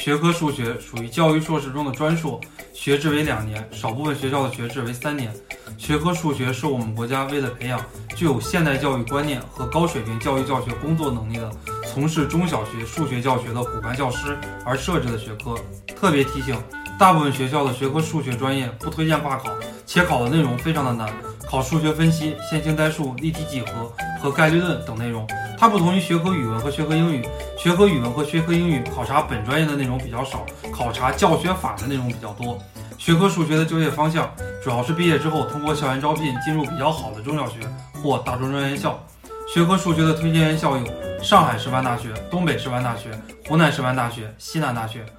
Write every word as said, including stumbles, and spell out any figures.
学科数学属于教育硕士中的专硕，学制为两年，少部分学校的学制为三年。学科数学是我们国家为了培养具有现代教育观念和高水平教育教学工作能力的从事中小学数学教学的骨干教师而设置的学科。特别提醒，大部分学校的学科数学专业不推荐挂考，且考的内容非常的难，考数学分析、线性代数、立体几何和概率论等内容。它不同于学科语文和学科英语，学科语文和学科英语考察本专业的内容比较少，考察教学法的内容比较多。学科数学的就业方向主要是毕业之后通过校园招聘进入比较好的中小学或大专专院校。学科数学的推荐院校有上海师范大学、东北师范大学、湖南师范大学、西南大学。